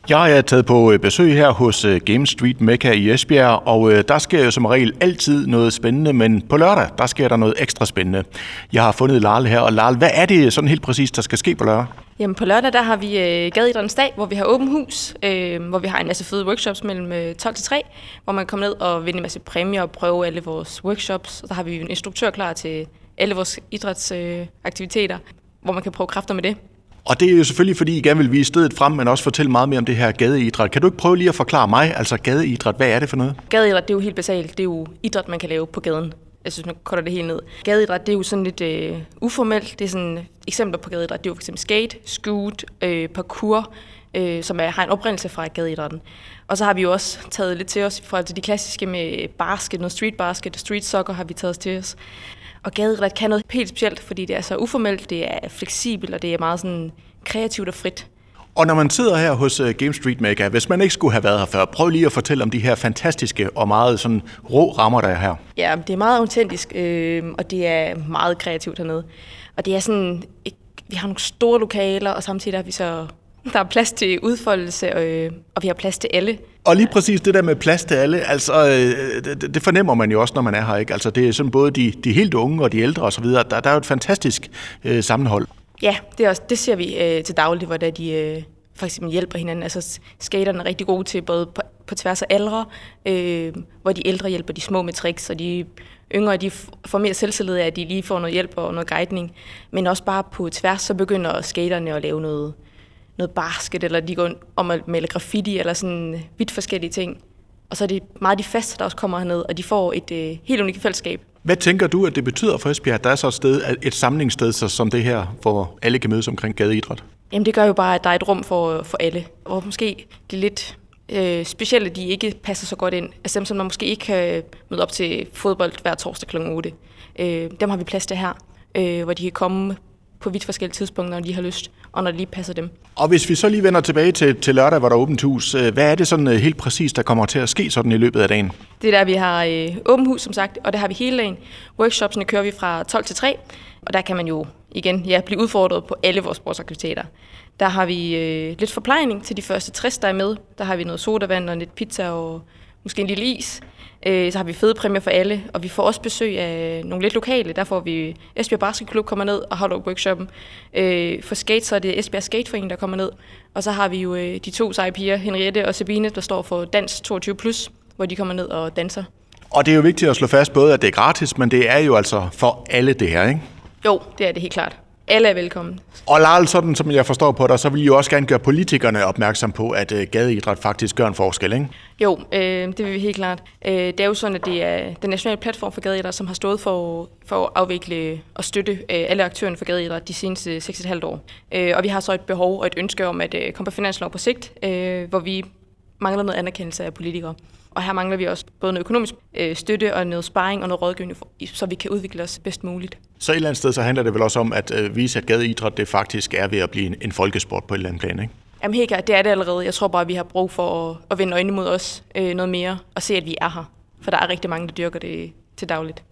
Jeg er taget på besøg her hos Game Street Mecca i Esbjerg, og der sker jo som regel altid noget spændende, men på lørdag, der sker der noget ekstra spændende. Jeg har fundet Lal her, og Lal, hvad er det sådan helt præcis, der skal ske på lørdag? Jamen på lørdag, der har vi Gadeidrættens dag, hvor vi har åben hus, hvor vi har en masse fede workshops mellem 12 til 3, hvor man kan komme ned og vinde en masse præmier og prøve alle vores workshops. Og så har vi en instruktør klar til alle vores idrætsaktiviteter, hvor man kan prøve kræfter med det. Og det er jo selvfølgelig, fordi I gerne vil vise stedet frem, men også fortælle meget mere om det her gadeidræt. Kan du ikke prøve lige at forklare mig, altså gadeidræt, hvad er det for noget? Gadeidræt, det er jo helt basalt. Det er jo idræt, man kan lave på gaden. Jeg synes, man korter det helt ned. Gadeidræt, det er jo sådan lidt uformelt. Det er sådan eksempler på gadeidræt. Det er jo f.eks. skate, scoot, parkour, som har en oprindelse fra gadeidrætten. Og så har vi jo også taget lidt til os i forhold til de klassiske med basket, noget street basket, street soccer har vi taget os til os. Og gadeidræt kan noget helt specielt, fordi det er så uformelt, det er fleksibelt, og det er meget sådan kreativt og frit. Og når man sidder her hos Game Street Mecca, hvis man ikke skulle have været her før, prøv lige at fortælle om de her fantastiske og meget sådan rå rammer, der er her. Ja, det er meget autentisk, og det er meget kreativt hernede. Og det er sådan, vi har nogle store lokaler, og samtidig er vi så, der er plads til udfoldelse, og vi har plads til alle. Og lige præcis det der med plads til alle, altså det fornemmer man jo også, når man er her, ikke? Altså det er sådan både de helt unge og de ældre og så videre. Der er jo et fantastisk sammenhold. Ja, det ser vi til dagligt, hvor de for eksempel hjælper hinanden. Altså skaterne er rigtig gode til både på tværs af aldre, hvor de ældre hjælper de små med tricks, og de yngre de får mere selvtillid af, at de lige får noget hjælp og noget guidning. Men også bare på tværs, så begynder skaterne at lave noget basket, eller de går om at male graffiti, eller sådan vidt forskellige ting. Og så er det meget de faste, der også kommer herned, og de får et helt unikt fællesskab. Hvad tænker du, at det betyder for Esbjerg, at der er så et samlingssted som det her, hvor alle kan mødes omkring gadeidræt? Jamen det gør jo bare, at der er et rum for alle, og måske de lidt specielle, de ikke passer så godt ind. Altså dem, som man måske ikke kan møde op til fodbold hver torsdag kl. 8. Dem har vi plads til her, hvor de kan komme på vidt forskellige tidspunkter, når de har lyst, og når det lige passer dem. Og hvis vi så lige vender tilbage til lørdag, hvor der er åbent hus, hvad er det sådan helt præcis, der kommer til at ske sådan i løbet af dagen? Det er der, vi har åbent hus, som sagt, og det har vi hele dagen. Workshopsene kører vi fra 12 til 3, og der kan man jo igen blive udfordret på alle vores sportsaktiviteter. Der har vi lidt forplejning til de første 60, der er med. Der har vi noget sodavand og lidt pizza og måske en lille is. Så har vi fede præmier for alle, og vi får også besøg af nogle lidt lokale. Der får vi Esbjerg Basketklub kommer ned og holder workshoppen. For skate, så er det Esbjerg Skateforening, der kommer ned. Og så har vi jo de to seje piger, Henriette og Sabine, der står for Dans 22+, hvor de kommer ned og danser. Og det er jo vigtigt at slå fast både, at det er gratis, men det er jo altså for alle det her, ikke? Jo, det er det helt klart. Alle er velkommen. Og Lal, sådan som jeg forstår på dig, så vil I jo også gerne gøre politikerne opmærksom på, at gadeidræt faktisk gør en forskel, ikke? Jo, det vil vi helt klart. Det er jo sådan, at det er den nationale platform for gadeidræt, som har stået for at afvikle og støtte alle aktørerne for gadeidræt de seneste 6,5 år. Og vi har så et behov og et ønske om at komme på finanslov på sigt, hvor vi mangler noget anerkendelse af politikere. Og her mangler vi også både noget økonomisk støtte og noget sparring og noget rådgivning, så vi kan udvikle os bedst muligt. Så et eller andet sted, så handler det vel også om at vise, at gadeidræt det faktisk er ved at blive en folkesport på et eller andet plan, ikke? Jamen helt klart, det er det allerede. Jeg tror bare, at vi har brug for at vende øjnene mod os noget mere og se, at vi er her. For der er rigtig mange, der dyrker det til dagligt.